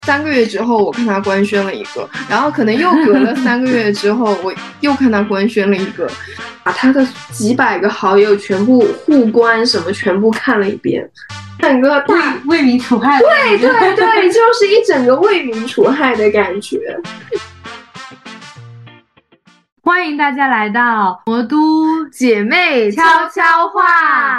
3个月之后，我看他官宣了一个，然后可能又隔了3个月之后，我又看他官宣了一个，把他的几百个好友全部互关什么全部看了一遍，整个大为民除害。 对对对，就是一整个为民除害的感觉。 欢迎大家来到魔都姐妹悄悄话。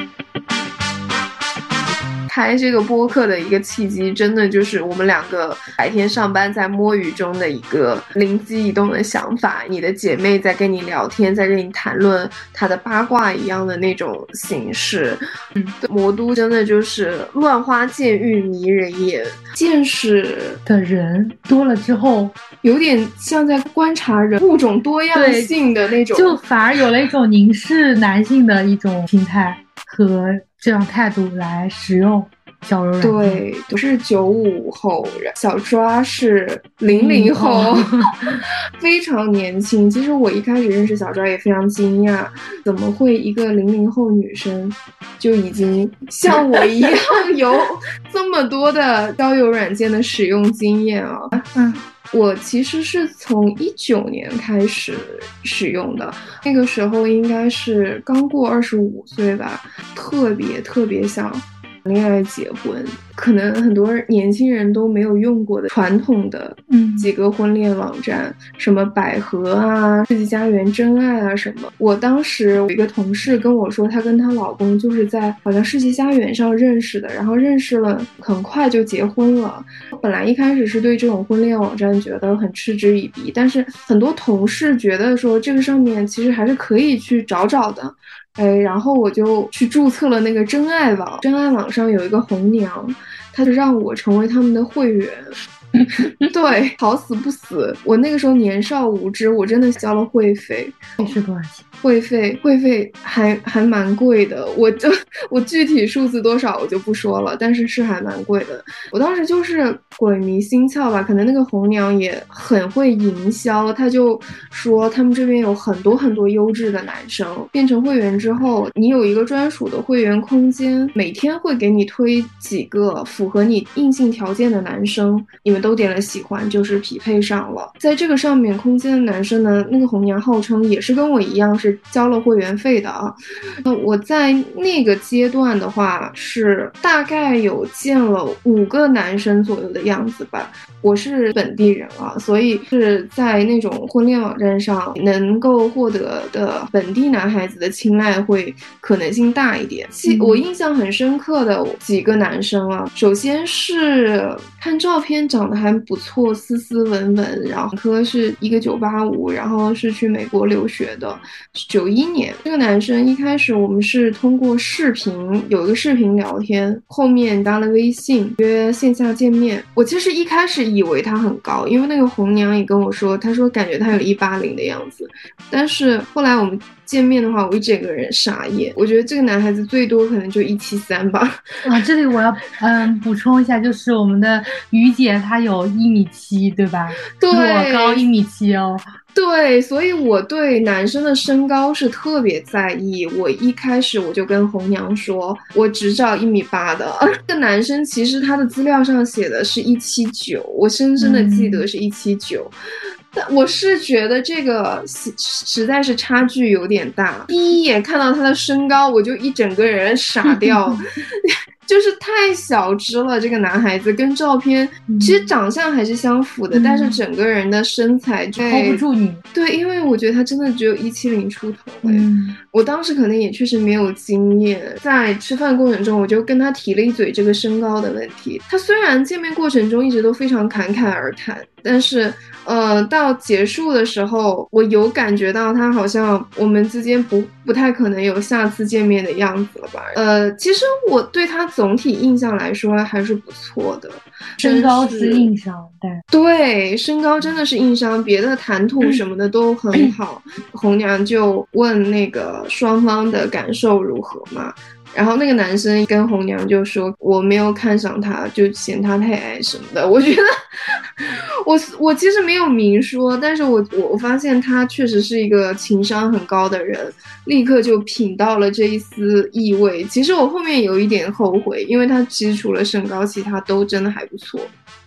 开这个播客的一个契机，真的就是我们两个白天上班在摸鱼中的一个灵机一动的想法。你的姐妹在跟你聊天，在跟你谈论她的八卦一样的那种形式。魔都真的就是乱花渐欲迷人眼，见识的人多了之后， 有点像在观察人物种多样性的那种， 就反而有了一种凝视男性的一种心态和这样态度来使用交友软件。 对，都是95后，小抓是00后，非常年轻。其实我一开始认识小抓也非常惊讶，怎么会一个00后女生就已经像我一样有这么多的交友软件的使用经验啊？我其实是从19年开始使用的，那个时候应该是刚过25岁吧，特别想恋爱结婚，可能很多年轻人都没有用过的传统的几个婚恋网站，什么百合啊、世纪佳缘、真爱啊什么。我当时有一个同事跟我说，她跟她老公就是在好像世纪佳缘上认识的，然后认识了很快就结婚了。本来一开始是对这种婚恋网站觉得很嗤之以鼻，但是很多同事觉得说这个上面其实还是可以去找找的。然后我就去注册了那个真爱网，真爱网上有一个红娘，她就让我成为他们的会员。对，好死不死，我那个时候年少无知，我真的交了会费。 是多少钱？ 会费还蛮贵的，我具体数字多少我就不说了，但是还蛮贵的。我当时就是鬼迷心窍吧，可能那个红娘也很会营销，他就说他们这边有很多优质的男生，变成会员之后，你有一个专属的会员空间，每天会给你推几个符合你硬性条件的男生，你们都点了喜欢，就是匹配上了。在这个上面空间的男生呢，那个红娘号称也是跟我一样是交了会员费的啊。我在那个阶段的话是大概有见了5个男生左右的样子吧。我是本地人啊，所以是在那种婚恋网站上能够获得的本地男孩子的青睐会可能性大一点。我印象很深刻的几个男生啊，首先是看照片长得还不错，斯斯文文，然后科是一个985，然后是去美国留学的，91年。这个男生一开始我们是通过视频，有一个视频聊天，后面加了微信约线下见面。我其实一开始以为他很高，因为那个红娘也跟我说，他说感觉他有180的样子，但是后来我们见面的话，我一整个人傻眼。我觉得这个男孩子最多可能就173吧。 这里我要补充一下，就是我们的于姐她有1.7米，对吧？ 对， 我高1.7米哦。 对，所以我对男生的身高是特别在意。我一开始我就跟红娘说，我只找1.8米的。这个男生其实他的资料上写的是179，我深深的记得是179。但我是觉得这个实在是差距有点大，第一眼看到他的身高，我就一整个人傻掉。就是太小只了，这个男孩子跟照片其实长相还是相符的，但是整个人的身材就 hold 不住你。 对，因为我觉得他真的只有170出头。我当时可能也确实没有经验，在吃饭过程中我就跟他提了一嘴这个身高的问题。他虽然见面过程中一直都非常侃侃而谈，但是到结束的时候，我有感觉到他好像我们之间不太可能有下次见面的样子了吧。其实我对他总体印象来说还是不错的。 身高是硬伤， 对，身高真的是硬伤，别的谈吐什么的都很好。红娘就问那个双方的感受如何嘛，然后那个男生跟红娘就说我没有看上他，就嫌他太矮什么的。我觉得我其实没有明说，但是我发现他确实是一个情商很高的人，立刻就品到了这一丝意味。其实我后面有一点后悔，因为他其实除了身高，其他都真的还不错。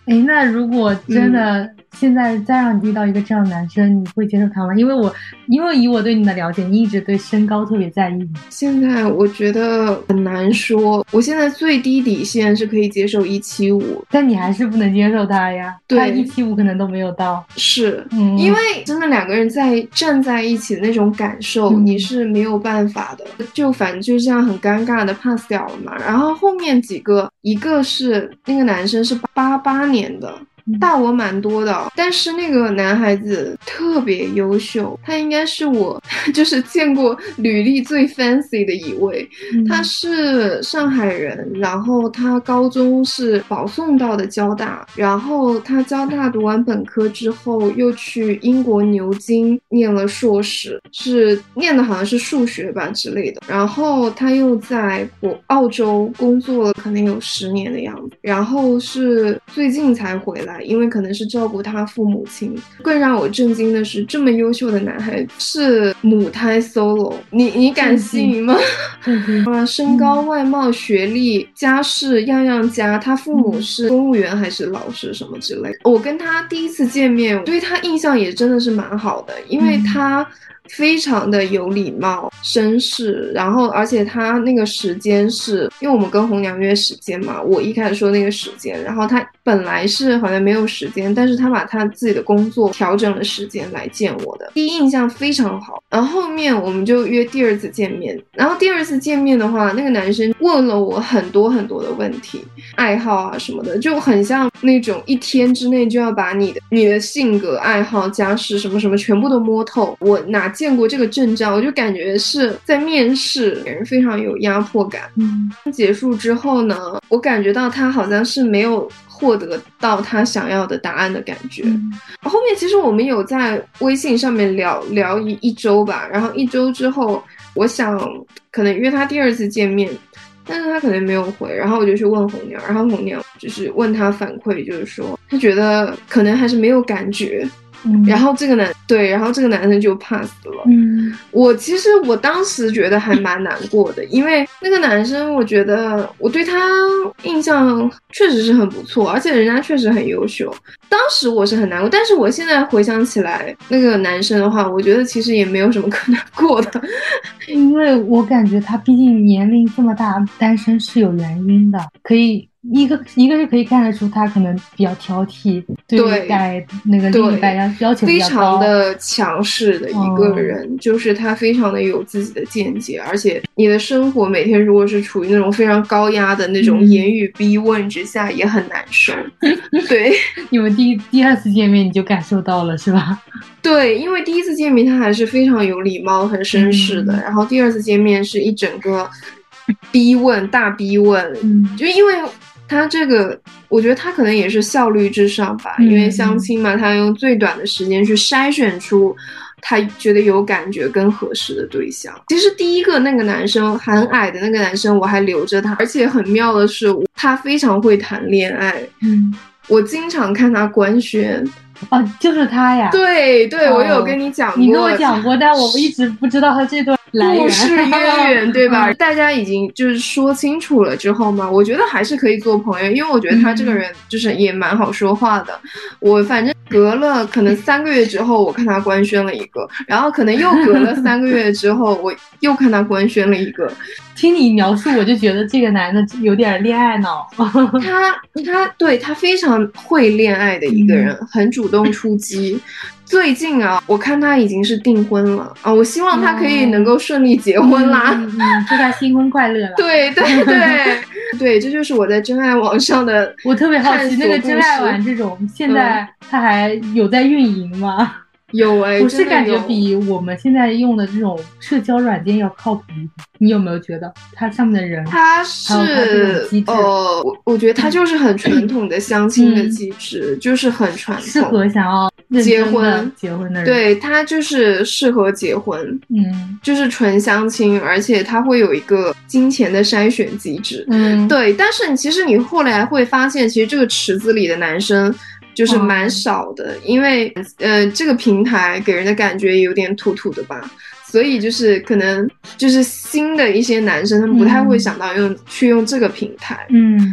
哎，那如果真的现在再让你遇到一个这样的男生，你会接受他吗？因为以我对你的了解，你一直对身高特别在意。 现在我觉得很难说，我现在最低底线是可以接受175， 但你还是不能接受他呀， 对他175可能都没有到。 是，因为真的两个人站在一起的那种感受，你是没有办法的，就反正就这样很尴尬的 pass 掉了嘛。然后后面几个，一个是那个男生是88年的。大我蛮多的，但是那个男孩子特别优秀，他应该是我就是见过履历最 fancy 的一位。他是上海人，然后他高中是保送到的交大，然后他交大读完本科之后又去英国牛津念了硕士，是念的好像是数学吧之类的，然后他又在澳洲工作了可能有10年的样子，然后是最近才回来，因为可能是照顾他父母亲。更让我震惊的是，这么优秀的男孩是母胎 solo， 你敢信吗？身高、外貌、学历、家世样样加，他父母是公务员还是老师什么之类的。我跟他第一次见面，我对他印象也真的是蛮好的，因为他非常的有礼貌绅士，然后而且他那个时间是因为我们跟红娘约时间嘛，我一开始说那个时间，然后他本来是好像没有时间，但是他把他自己的工作调整了时间来见我的，第一印象非常好。然后后面我们就约第二次见面，然后第二次见面的话，那个男生问了我很多很多的问题，爱好啊什么的，就很像那种一天之内就要把你的性格、爱好、家世什么什么全部都摸透。我哪见过这个阵仗，我就感觉是在面试，给人非常有压迫感。结束之后呢，我感觉到他好像是没有获得到他想要的答案的感觉。后面其实我们有在微信上面聊一周吧，然后1周之后，我想可能约他第二次见面，但是他可能没有回，然后我就去问红娘，然后红娘就是问他反馈，就是说他觉得可能还是没有感觉。然后这个男生就 pass 了。其实我当时觉得还蛮难过的，因为那个男生我觉得我对他印象确实是很不错，而且人家确实很优秀。当时我是很难过，但是我现在回想起来那个男生的话，我觉得其实也没有什么可难过的。 因为我感觉他毕竟年龄这么大，单身是有原因的，可以一个是可以看得出他可能比较挑剔，对待那个另一半要求比较高， 非常的强势的一个人，就是他非常的有自己的见解，而且你的生活每天如果是处于那种非常高压的那种言语逼问之下，也很难受。对， 你们第二次见面你就感受到了是吧？ 对，因为第一次见面他还是非常有礼貌、很绅士的，然后第二次见面是一整个大逼问，就因为他这个，我觉得他可能也是效率至上吧，因为相亲嘛，他用最短的时间去筛选出他觉得有感觉跟合适的对象。其实第一个那个男生很矮的那个男生，我还留着他，而且很妙的是，他非常会谈恋爱。我经常看他官宣。 就是他呀。 对，我有跟你讲过， 你跟我讲过，但我一直不知道他这段来源故事渊源，对吧？大家已经就是说清楚了之后嘛，我觉得还是可以做朋友，因为我觉得他这个人就是也蛮好说话的。我反正隔了可能3个月之后，我看他官宣了一个，然后可能又隔了3个月之后，我又看他官宣了一个。 听你描述，我就觉得这个男的有点恋爱脑。 他非常会恋爱的一个人，很主动出击。最近啊，我看他已经是订婚了啊，我希望他可以能够顺利结婚啦。 祝他新婚快乐啦。 对，这就是我在真爱网上的。 我特别好奇，那个真爱网这种现在他还有在运营吗？ 有我是感觉比我们现在用的这种社交软件要靠谱一点。你有没有觉得它上面的人， 它是我觉得它就是很传统的相亲的机制，就是很传统， 适合想要结婚的人。对，它就是适合结婚，就是纯相亲，而且它会有一个金钱的筛选机制。对，但是其实你后来会发现，其实这个池子里的男生就是蛮少的，因为这个平台给人的感觉有点土土的吧，所以就是可能就是新的一些男生他们不太会想到去用这个平台。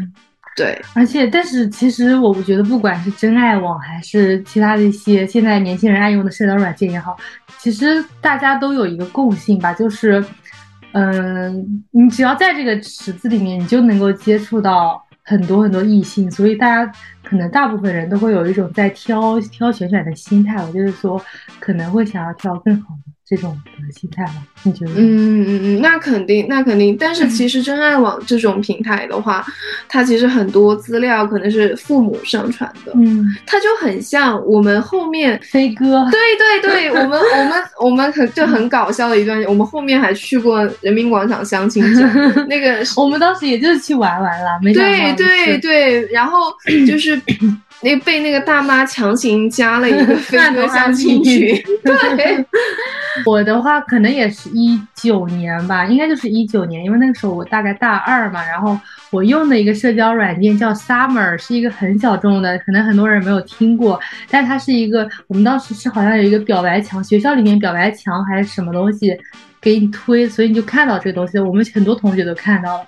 对， 但是其实我觉得，不管是真爱网还是其他的一些现在年轻人爱用的社交软件也好，其实大家都有一个共性吧，就是，你只要在这个池子里面，你就能够接触到很多很多异性，所以大家可能大部分人都会有一种在挑选的心态，我就是说可能会想要挑更好的这种的心态吧？你觉得？ 那肯定，那肯定。但是其实真爱网这种平台的话，它其实很多资料可能是父母上传的，它就很像我们后面飞哥， 对，我们就很搞笑的一段，我们后面还去过人民广场相亲角，那个我们当时也就是去玩玩了，没想到对，然后就是被那个大妈强行加了一个飞哥相亲群，对。 我的话可能也是19年吧，应该就是19年，因为那个时候我大概大2嘛，然后我用的一个社交软件叫 Summer， 是一个很小众的，可能很多人没有听过，但它是一个，我们当时是好像有一个表白墙，学校里面表白墙还是什么东西给你推，所以你就看到这个东西，我们很多同学都看到了。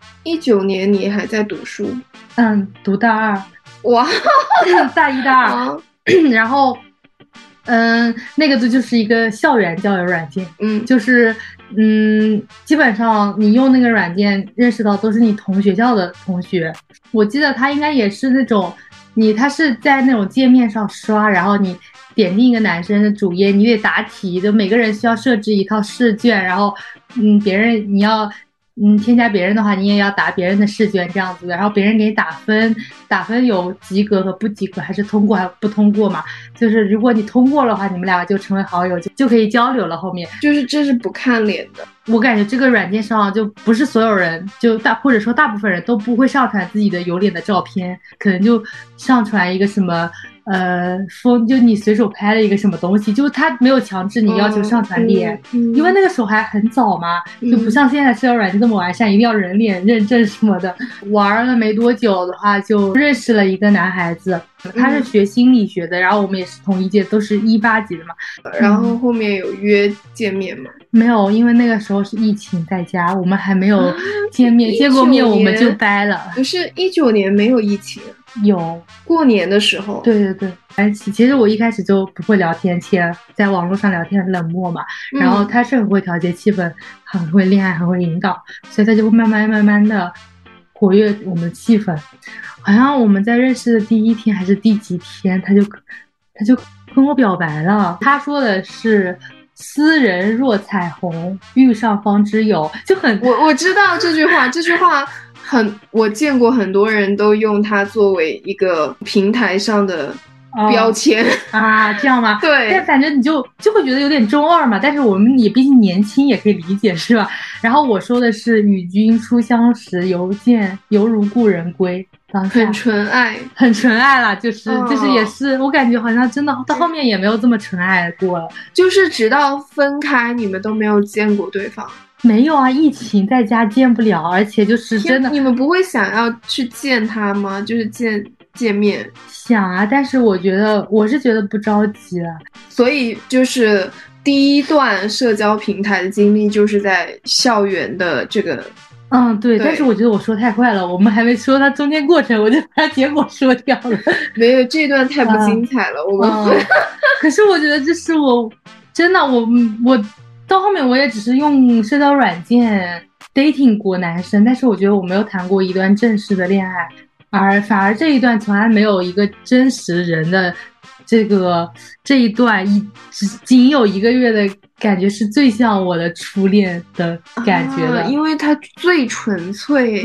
19年你还在读书？ 读大2。 哇， 大1大2，然后那个就是一个校园交友软件，就是基本上你用那个软件认识到都是你同学校的同学。我记得他应该也是那种他是在那种界面上刷，然后你点进一个男生的主页，你得答题，就每个人需要设置一套试卷，然后别人你要添加别人的话，你也要答别人的试卷这样子的，然后别人给你打分有及格和不及格，还是通过还不通过嘛？就是如果你通过的话，你们两个就成为好友，就可以交流了。后面就是这是不看脸的。 我感觉这个软件上就不是所有人，或者说大部分人都不会上传自己的有脸的照片，可能就上传一个什么就你随手拍了一个什么东西，就是他没有强制你要求上传脸，因为那个时候还很早嘛，就不像现在社交软件这么完善，一定要人脸认证什么的。玩了没多久的话，就认识了一个男孩子，他是学心理学的，然后我们也是同一届，都是18级的嘛。 然后后面有约见面吗？ 没有，因为那个时候是疫情在家，我们还没有见面，见过面我们就掰了。 不是19年没有疫情， 有过年的时候。 对，其实我一开始就不会聊天，且在网络上聊天很冷漠嘛，然后他是很会调节气氛，很会恋爱，很会引导，所以他就会慢慢的活跃我们的气氛。好像我们在认识的第1天还是第几天，他就跟我表白了。他说的是斯人若彩虹，遇上方知有，就很我知道这句话我见过很多人都用它作为一个平台上的标签这样吗？ 对， 但反正你就会觉得有点中二嘛，但是我们也毕竟年轻，也可以理解是吧？然后我说的是与君初相识，犹如故人归， 很纯爱啦，就是也是我感觉好像真的到后面也没有这么纯爱过了， 就是直到分开你们都没有见过对方。 没有啊，疫情在家见不了，而且就是真的， 你们不会想要去见他吗？就是见面想啊，但是我是觉得不着急了。 所以就是第一段社交平台的经历就是在校园的这个对，但是我觉得我说太快了，我们还没说它中间过程，我就把结果说掉了。 没有，这段太不精彩了，我们可是我觉得这是我真的我到后面我也只是用社交软件 dating 过男生，但是我觉得我没有谈过一段正式的恋爱，反而这一段从来没有一个真实人的这一段仅有1个月的感觉是最像我的初恋的感觉的， 因为它最纯粹。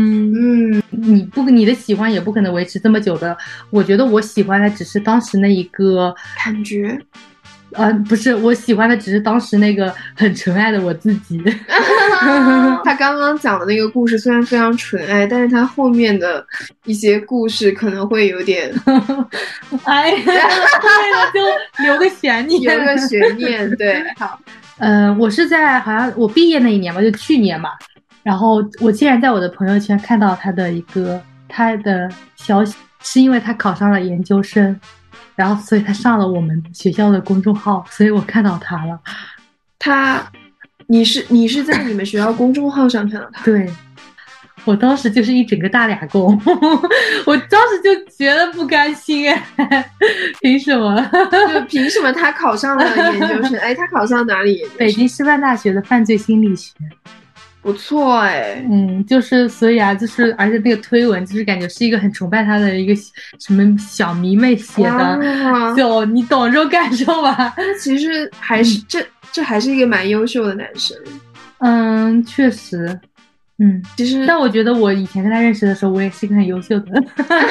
你的喜欢也不可能维持这么久的，我觉得我喜欢的只是当时那一个感觉。 不是，我喜欢的只是当时那个很纯爱的我自己。 他刚刚讲的那个故事虽然非常纯爱，但是他后面的一些故事可能会有点哎呀，对了，就留个悬念。对，好。 我是在好像我毕业那一年吧，就去年吧，然后我竟然在我的朋友圈看到他的消息，是因为他考上了研究生，然后所以他上了我们学校的公众号，所以我看到他了。 你是在你们学校公众号上看到他？ 对， 我当时就是一整个大俩工，我当时就觉得不甘心哎，凭什么？ 就凭什么他考上了研究生？哎，他考上哪里研究生？ 北京师范大学的犯罪心理学。 不错哎， 就是所以啊，就是而且那个推文就是感觉是一个很崇拜他的一个什么小迷妹写的，就你懂这种感受吧？ 其实还是这还是一个蛮优秀的男生。 确实， 其实但我觉得我以前跟他认识的时候，我也是一个很优秀的女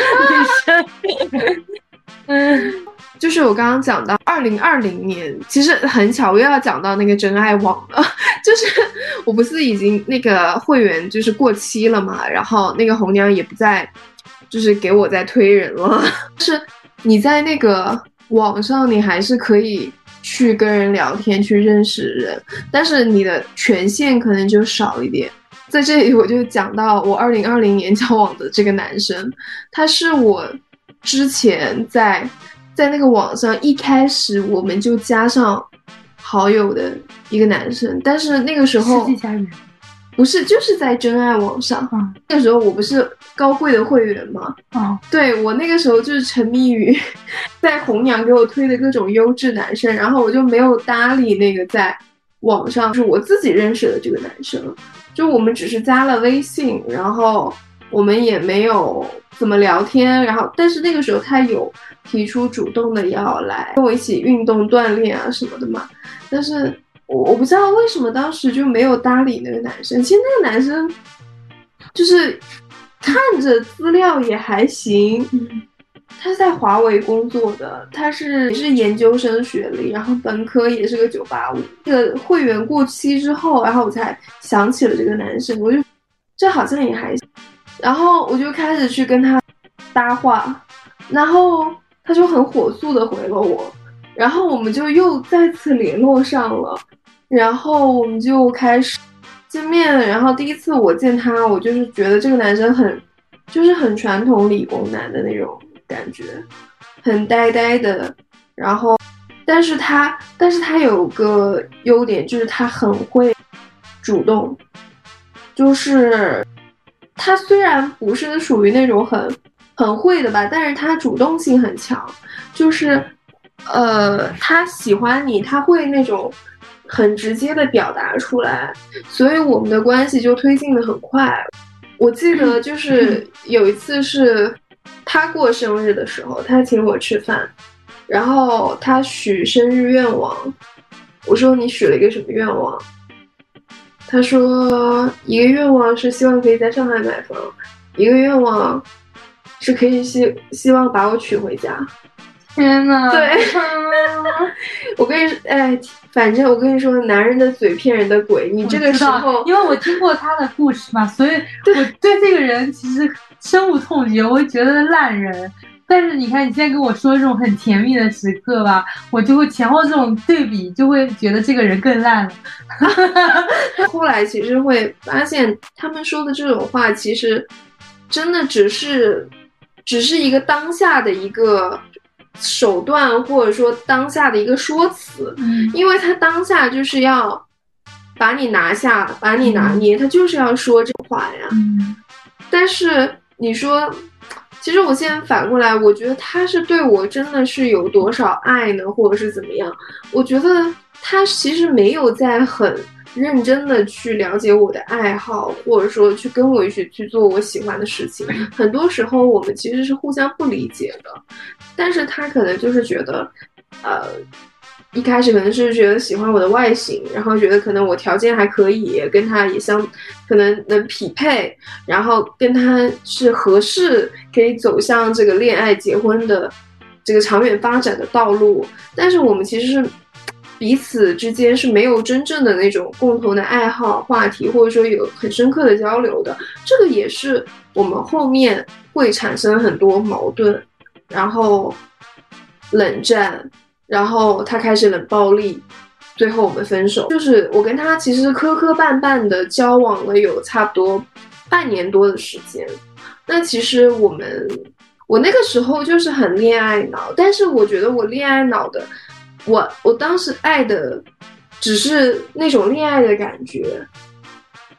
生。 就是我刚刚讲到2020年，其实很巧，我又要讲到那个真爱网了。就是我不是已经那个会员就是过期了嘛，然后那个红娘也不再就是给我再推人了。就是你在那个网上，你还是可以去跟人聊天，去认识人，但是你的权限可能就少一点。在这里我就讲到我2020年交往的这个男生，他是我之前在那个网上一开始我们就加上好友的一个男生，但是那个时候世纪佳缘不是，就是在真爱网上。那个时候我不是高贵的会员吗？对，我那个时候就是沉迷于在红娘给我推的各种优质男生，然后我就没有搭理那个在网上就是我自己认识的这个男生，就我们只是加了微信，然后我们也没有怎么聊天，然后但是那个时候他有提出主动的要来跟我一起运动锻炼啊什么的嘛，但是我不知道为什么当时就没有搭理那个男生。其实那个男生就是看着资料也还行，他是在华为工作的，他也是研究生学历，然后本科也是个985。这个会员过期之后，然后我才想起了这个男生，我就这好像也还行，然后我就开始去跟他搭话，然后他就很火速的回了我，然后我们就又再次联络上了，然后我们就开始见面。然后第一次我见他，我就是觉得这个男生就是很传统理工男的那种感觉，很呆呆的，然后但是他有个优点，就是他很会主动，就是他虽然不是属于那种很会的吧，但是他主动性很强，就是他喜欢你，他会那种很直接的表达出来，所以我们的关系就推进的很快。我记得就是有一次是他过生日的时候，他请我吃饭，然后他许生日愿望，我说你许了一个什么愿望？他说一个愿望是希望可以在上海买房，一个愿望是可以希望把我娶回家。 天哪！ 对，我跟你说，哎，反正我跟你说，男人的嘴骗人的鬼。你这个时候， 因为我听过他的故事嘛，所以我对这个人其实深恶痛绝，我会觉得烂人。但是你看，你现在跟我说这种很甜蜜的时刻吧，我就会前后这种对比，就会觉得这个人更烂了。 后来其实会发现，他们说的这种话，其实真的只是一个当下的一个手段，或者说当下的一个说辞，因为他当下就是要把你拿下，把你拿捏，他就是要说这话呀。但是你说，其实我现在反过来，我觉得他是对我真的是有多少爱呢，或者是怎么样？我觉得他其实没有在很认真的去了解我的爱好，或者说去跟我一起去做我喜欢的事情。很多时候我们其实是互相不理解的，但是他可能就是觉得，一开始可能是觉得喜欢我的外形，然后觉得可能我条件还可以，跟他也可能能匹配，然后跟他是合适，可以走向这个恋爱结婚的这个长远发展的道路。但是我们其实是彼此之间是没有真正的那种共同的爱好话题，或者说有很深刻的交流的。这个也是我们后面会产生很多矛盾，然后冷战，然后他开始冷暴力，最后我们分手。就是我跟他其实磕磕绊绊的交往了有差不多半年多的时间。那其实我那个时候就是很恋爱脑，但是我觉得我恋爱脑的，我当时爱的只是那种恋爱的感觉，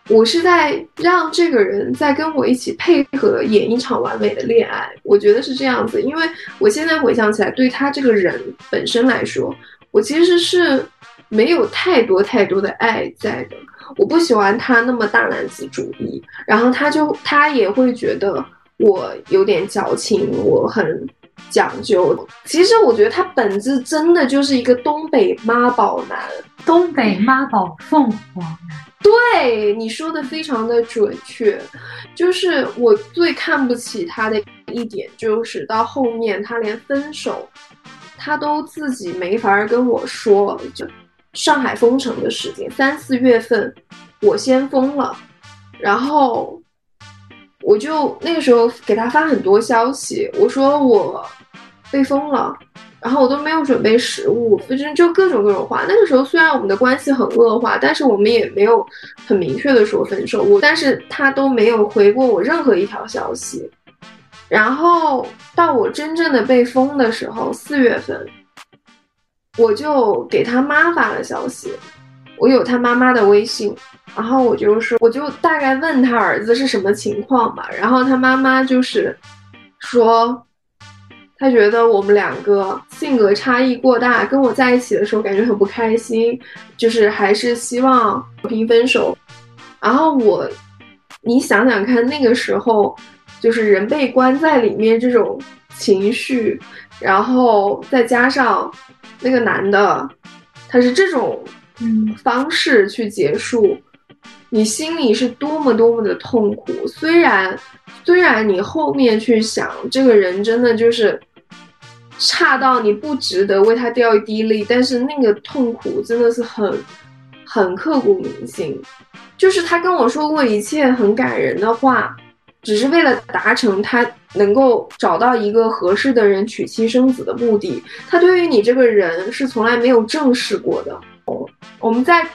我是在让这个人在跟我一起配合演一场完美的恋爱，我觉得是这样子。因为我现在回想起来，对他这个人本身来说，我其实是没有太多的爱在的。我不喜欢他那么大男子主义，然后他也会觉得我有点矫情，我很讲究。其实我觉得他本质真的就是一个东北妈宝男， 东北妈宝凤凰男。 对，你说的非常的准确。就是我最看不起他的一点，就是到后面他连分手他都自己没法跟我说。就上海封城的时间3、4月份我先封了，然后我就那个时候给他发很多消息，我说我被封了，然后我都没有准备食物，反正就各种话。那个时候虽然我们的关系很恶化，但是我们也没有很明确的说分手，但是他都没有回过我任何一条消息。然后到我真正的被封的时候，4月份我就给他妈发了消息，我有他妈妈的微信，然后我就大概问他儿子是什么情况嘛，然后他妈妈就是说他觉得我们两个性格差异过大，跟我在一起的时候感觉很不开心，就是还是希望和平分手。然后你想想看，那个时候就是人被关在里面这种情绪，然后再加上那个男的他是这种方式去结束，你心里是多么的痛苦。虽然你后面去想这个人真的就是差到你不值得为他掉一滴泪，但是那个痛苦真的是很刻骨铭心。就是他跟我说过一切很感人的话，只是为了达成他能够找到一个合适的人娶妻生子的目的。他对于你这个人是从来没有正视过的。我们在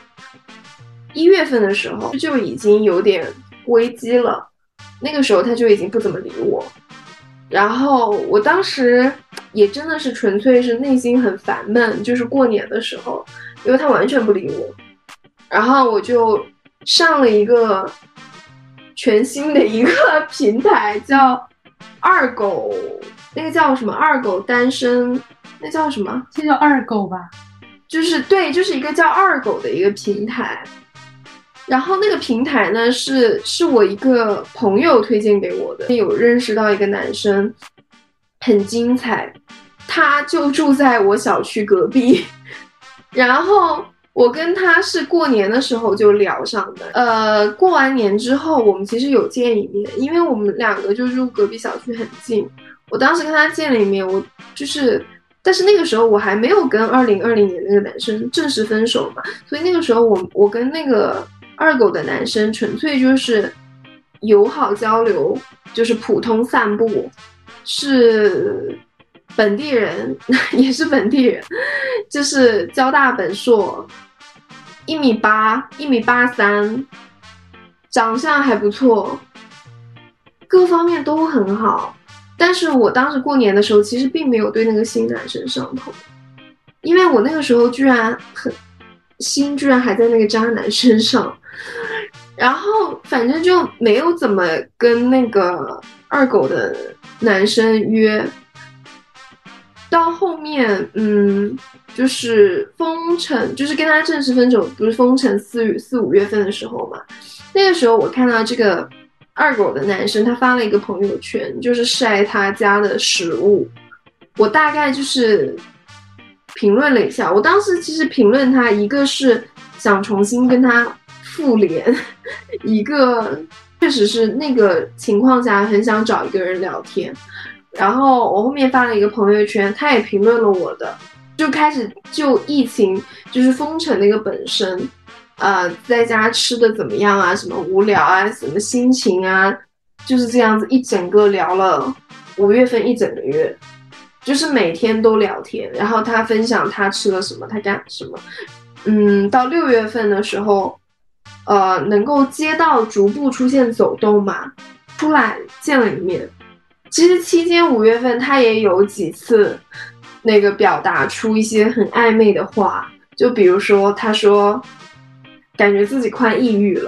1月份的时候就已经有点危机了，那个时候他就已经不怎么理我，然后我当时也真的是纯粹是内心很烦闷，就是过年的时候，因为他完全不理我，然后我就上了一个全新的一个平台叫二狗，那个叫什么二狗单身，那叫什么？ 这叫二狗吧？ 就是对，就是一个叫二狗的一个平台。然后那个平台呢是我一个朋友推荐给我的，有认识到一个男生很精彩，他就住在我小区隔壁，然后我跟他是过年的时候就聊上的。过完年之后我们其实有见一面，因为我们两个就住隔壁小区很近。我当时跟他见了一面，但是那个时候我还没有跟2020年那个男生正式分手嘛，所以那个时候我跟那个二狗的男生纯粹就是友好交流，就是普通散步，是本地人也是本地人，就是交大本硕，1.83米，长相还不错，各方面都很好。但是我当时过年的时候其实并没有对那个新男生上头，因为我那个时候心居然还在那个渣男身上，然后反正就没有怎么跟那个二狗的男生约。到后面就是封城，就是跟他正式分手，不是封城4、5月份的时候嘛，那个时候我看到这个二狗的男生他发了一个朋友圈，就是晒他家的食物，我大概就是评论了一下。我当时其实评论他，一个是想重新跟他复联，一个确实是那个情况下很想找一个人聊天。然后我后面发了一个朋友圈，他也评论了我的，就开始就疫情就是封城那个本身，在家吃的怎么样啊，什么无聊啊，什么心情啊，就是这样子一整个聊了5月份一整个月，就是每天都聊天，然后他分享他吃了什么，他干什么。到6月份的时候，能够街道逐步出现走动嘛，出来见了一面。其实期间5月份他也有几次那个表达出一些很暧昧的话，就比如说他说感觉自己快抑郁了，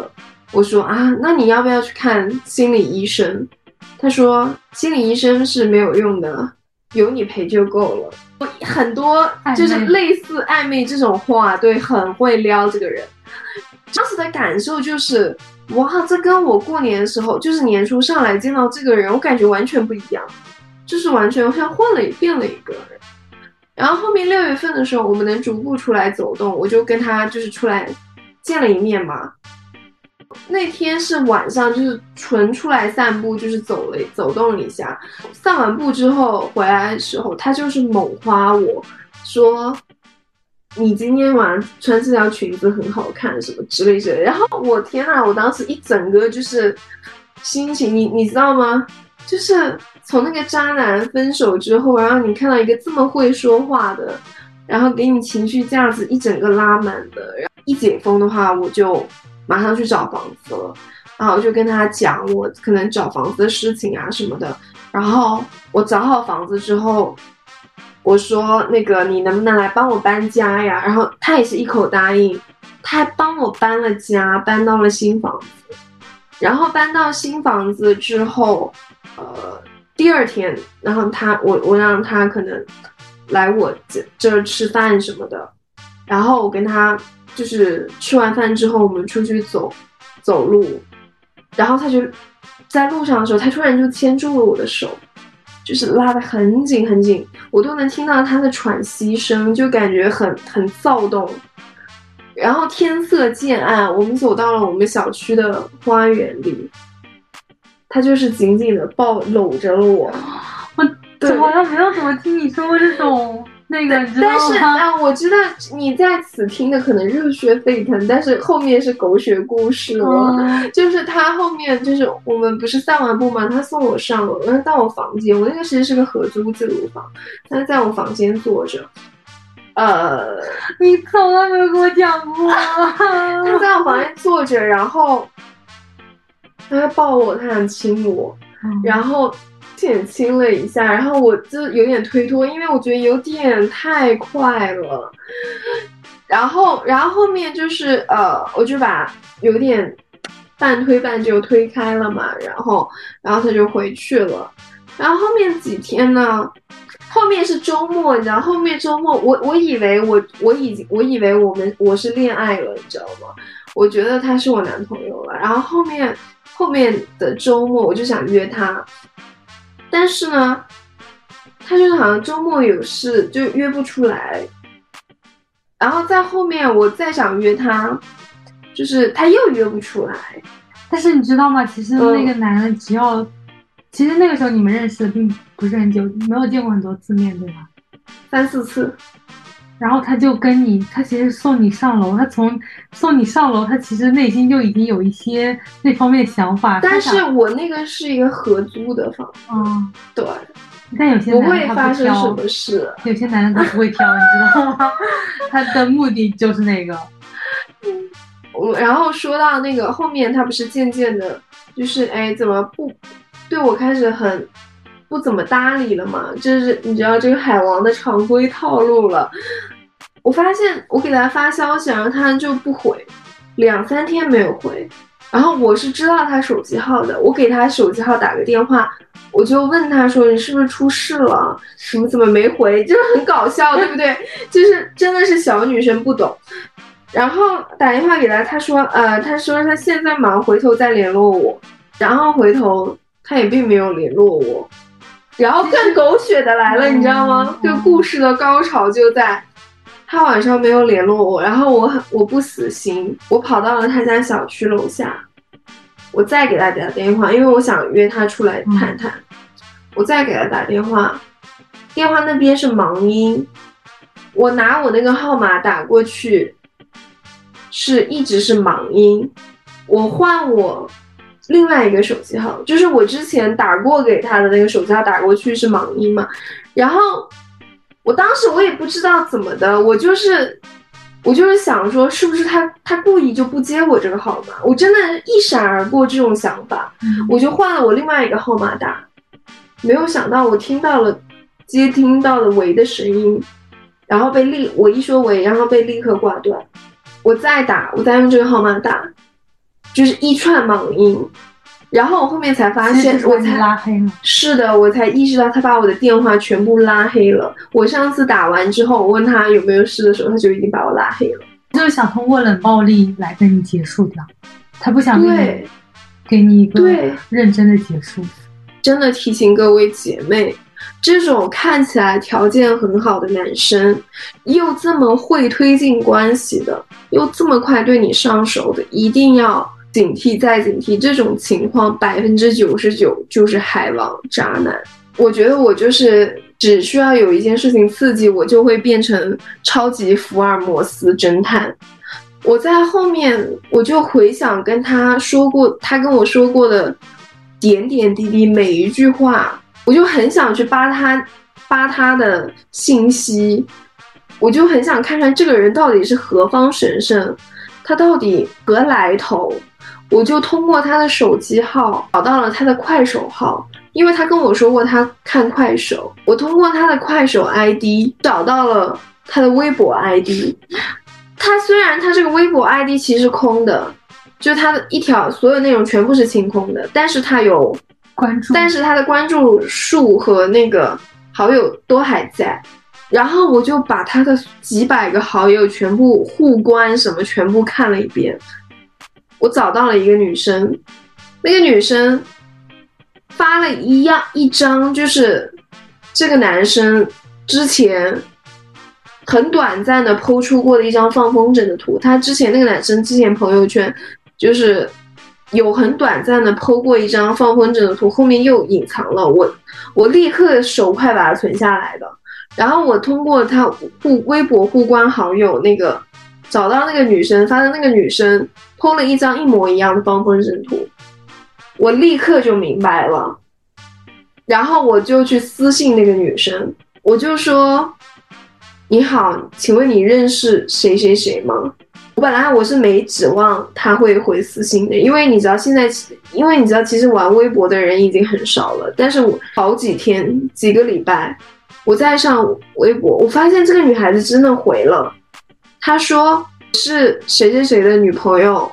我说啊，那你要不要去看心理医生？他说心理医生是没有用的，有你陪就够了。很多就是类似暧昧这种话，对，很会撩这个人。当时的感受就是，哇，这跟我过年的时候，就是年初上来见到这个人，我感觉完全不一样，就是完全像变了一个人。然后后面6月份的时候，我们能逐步出来走动，我就跟他就是出来见了一面嘛。那天是晚上，就是纯出来散步，就是走动了一下。散完步之后回来的时候，他就是猛夸我说：“你今天晚上穿这条裙子很好看，什么之类的。”然后我天呐，我当时一整个就是心情，你知道吗？就是从那个渣男分手之后，然后你看到一个这么会说话的，然后给你情绪价值一整个拉满的，然后一解封的话，我就马上去找房子了。然后我就跟他讲我可能找房子的事情啊什么的。然后我找好房子之后，我说那个你能不能来帮我搬家呀？然后他也是一口答应，他还帮我搬了家，搬到了新房子。然后搬到新房子之后，第二天，然后我让他可能来我这儿吃饭什么的。然后我跟他就是吃完饭之后，我们出去走路。然后他就在路上的时候，他突然就牵住了我的手，就是拉得很紧很紧，我都能听到他的喘息声，就感觉很躁动。然后天色渐暗，我们走到了我们小区的花园里，他就是紧紧的搂着了我。 我好像没有怎么听你说过这种那个，你知道吗？ 但是啊，我知道你在此听的可能热血沸腾，但是后面是狗血故事了。就是他后面就是我们不是散完步嘛，他送我上楼，然后到我房间，我那个其实是个合租自如房，他在我房间坐着。 你从来没有跟我讲过。 他在我房间坐着，然后他抱我，他想亲我，然后浅亲了一下，然后我就有点推脱，因为我觉得有点太快了。然后后面就是我就把有点半推半就推开了嘛，然后他就回去了。然后后面几天呢？后面是周末，你知道，后面周末我以为我是恋爱了，你知道吗？我觉得他是我男朋友了。然后后面的周末我就想约他，但是呢，他就是好像周末有事就约不出来。然后在后面我再想约他，就是他又约不出来。 但是你知道吗？其实那个男的其实那个时候你们认识的并不是很久，没有见过很多次面，对吧 ？3、4次。 然后他其实送你上楼，他从送你上楼，他其实内心就已经有一些那方面的想法。 但是我那个是一个合租的房子。对。 但有些男的他不挑， 不会发生什么事。 有些男的他不会挑，你知道吗？他的目的就是那个。 然后说到那个后面，他不是渐渐的，就是怎么不对我开始很不怎么搭理了嘛？就是你知道这个海王的常规套路了。我发现我给他发消息，然后他就不回，2、3天没有回。然后我是知道他手机号的，我给他手机号打个电话，我就问他说你是不是出事了？怎么没回？就是很搞笑，对不对？就是真的是小女生不懂。然后打电话给他，他说他现在忙，回头再联络我。然后回头他也并没有联络我。然后更狗血的来了，你知道吗？这个故事的高潮就在他晚上没有联络我，然后我不死心，我跑到了他家小区楼下，我再给他打电话，因为我想约他出来谈谈。我再给他打电话，电话那边是忙音，我拿我那个号码打过去，一直是忙音。我换我另外一个手机号，就是我之前打过给他的那个手机号打过去是忙音嘛。然后我当时我也不知道怎么的，我就是想说是不是他故意就不接我这个号码，我真的一闪而过这种想法。我就换了我另外一个号码打，没有想到我听到了喂的声音，然后我一说喂，然后被立刻挂断。我再用这个号码打， 就是一串盲音。然后我后面才发现，我才拉黑了。 是的，我才意识到他把我的电话全部拉黑了。我上次打完之后，我问他有没有事的时候，他就已经把我拉黑了。 就是想通过冷暴力来跟你结束掉，他不想给你一个认真的结束。 真的提醒各位姐妹，这种看起来条件很好的男生，又这么会推进关系的，又这么快对你上手的，一定要警惕再警惕。这种情况99%就是海王渣男。我觉得我就是只需要有一件事情刺激，我就会变成超级福尔摩斯侦探。我在后面我就回想跟他说过，他跟我说过的点点滴滴每一句话，我就很想去扒他的信息，我就很想看看这个人到底是何方神圣，他到底何来头。我就通过他的手机号找到了他的快手号，因为他跟我说过他看快手，我通过他的快手 ID 找到了他的微博 ID。 他虽然他这个微博 ID 其实空的，就是他的一条所有内容全部是清空的，但是他有关注， 但是他的关注数和那个好友都还在。然后我就把他的几百个好友全部互关什么全部看了一遍。我找到了一个女生，那个女生发了一张就是这个男生之前很短暂的po出过的一张放风筝的图。他之前那个男生之前朋友圈就是有很短暂的po过一张放风筝的图，后面又隐藏了。我立刻手快把它存下来的。然后我通过他微博互关好友那个找到那个女生，发现那个女生po了一张一模一样的放风筝图，我立刻就明白了。然后我就去私信那个女生，我就说你好，请问你认识谁谁谁吗？我本来我是没指望他会回私信的，因为你知道其实玩微博的人已经很少了。但是我好几天几个礼拜我在上微博，我发现这个女孩子真的回了。她说是谁谁谁的女朋友，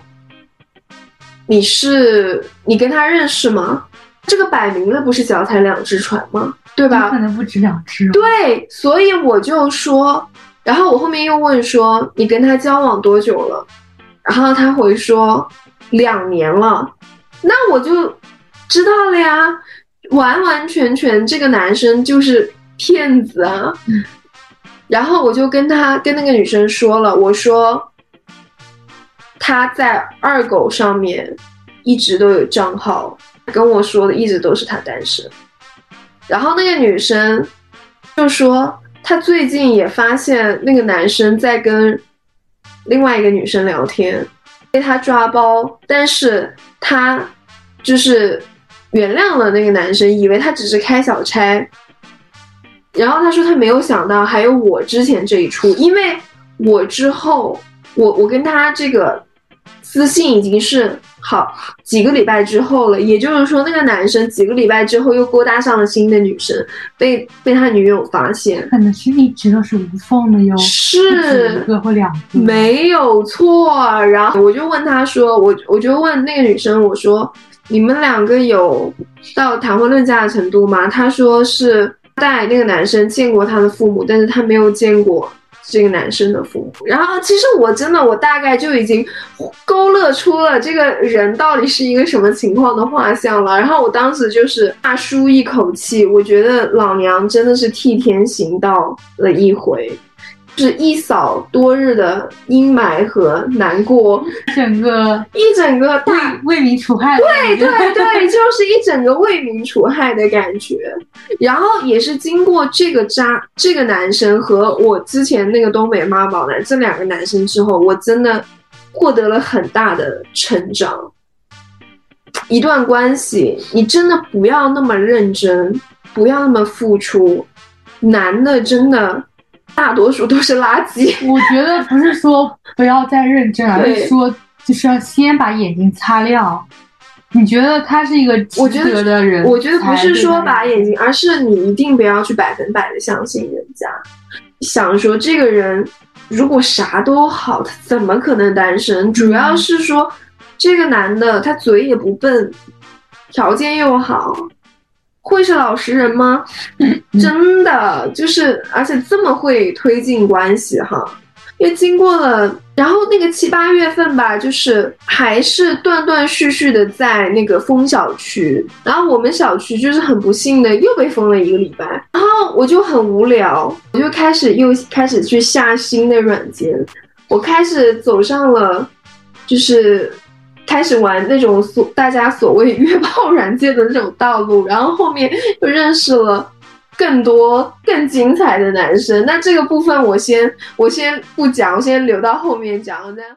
你跟她认识吗？这个摆明了不是脚踩两只船吗？对吧？ 可能不止两只。 对，所以我就说，然后我后面又问说你跟他交往多久了？然后他回说2年了。那我就知道了呀，完完全全这个男生就是骗子啊。然后我就跟那个女生说了，我说他在二狗上面一直都有账号，跟我说的一直都是他单身。然后那个女生就说她最近也发现那个男生在跟另外一个女生聊天，被他抓包，但是她就是原谅了那个男生，以为他只是开小差。然后她说她没有想到还有我之前这一出，因为我之后我跟他这个私信已经是好几个礼拜之后了，也就是说那个男生几个礼拜之后又勾搭上了新的女生，被他女友发现， 可能是一直都是无缝的哟， 是一个或两个， 没有错。然后我就问他说，我就问那个女生，我说你们两个有到谈婚论嫁的程度吗？他说是带那个男生见过他的父母，但是他没有见过这个男生的父母。然后其实我大概就已经勾勒出了这个人到底是一个什么情况的画像了。然后我当时就是大舒一口气，我觉得老娘真的是替天行道了一回，就是一扫多日的阴霾和难过，一整个大为民除害， 对，就是一整个为民除害的感觉。然后也是经过这个男生和我之前那个东北妈宝男这2个男生之后，我真的获得了很大的成长。一段关系你真的不要那么认真，不要那么付出，男的真的大多数都是垃圾。 我觉得不是说不要再认真，而是说就是要先把眼睛擦亮。你觉得他是一个值得的人？ 我觉得不是说把眼睛，而是你一定不要去100%的相信人家。想说这个人如果啥都好，他怎么可能单身？主要是说这个男的他嘴也不笨，条件又好，会是老实人吗？真的就是，而且这么会推进关系哈。因为经过了，然后那个7、8月份吧，就是还是断断续续的在那个封小区，然后我们小区就是很不幸的又被封了1个礼拜，然后我就很无聊，我就开始去下新的软件，我开始走上了就是开始玩那种大家所谓约炮软件的那种道路，然后后面又认识了更多更精彩的男生。那这个部分我先不讲，我先留到后面讲。